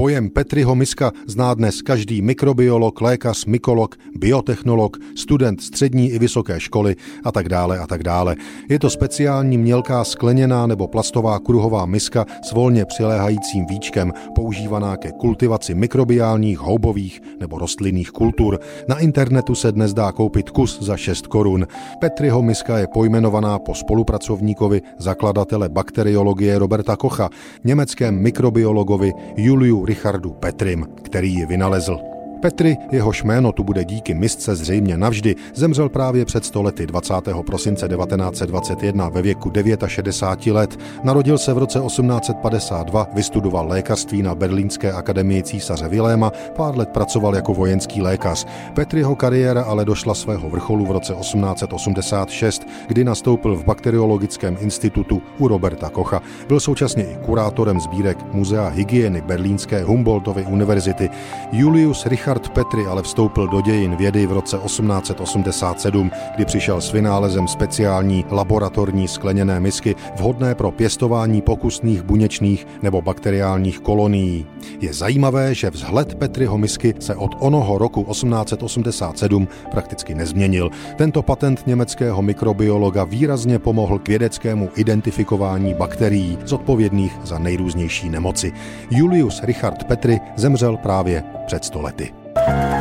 Pojem Petriho miska zná dnes každý mikrobiolog, lékař, mykolog, biotechnolog, student střední i vysoké školy a tak dále a tak dále. Je to speciální mělká skleněná nebo plastová kruhová miska s volně přiléhajícím víčkem, používaná ke kultivaci mikrobiálních, houbových nebo rostlinných kultur. Na internetu se dnes dá koupit kus za 6 korun. Petriho miska je pojmenovaná po spolupracovníkovi zakladatele bakteriologie Roberta Kocha, německém mikrobiologovi Juliu Richardu Petrim, který ji vynalezl. Petri, jehož jméno tu bude díky misce zřejmě navždy, zemřel právě před 100 lety 20. prosince 1921 ve věku 69 let. Narodil se v roce 1852, vystudoval lékařství na Berlínské akademii císaře Viléma, pár let pracoval jako vojenský lékař. Petriho kariéra ale došla svého vrcholu v roce 1886, kdy nastoupil v bakteriologickém institutu u Roberta Kocha. Byl současně i kurátorem sbírek Muzea hygieny Berlínské Humboldtovy univerzity. Julius Richard Petri ale vstoupil do dějin vědy v roce 1887, kdy přišel s vynálezem speciální laboratorní skleněné misky vhodné pro pěstování pokusných buněčných nebo bakteriálních kolonií. Je zajímavé, že vzhled Petriho misky se od onoho roku 1887 prakticky nezměnil. Tento patent německého mikrobiologa výrazně pomohl k vědeckému identifikování bakterií zodpovědných za nejrůznější nemoci. Julius Richard Petri zemřel právě před 100 lety.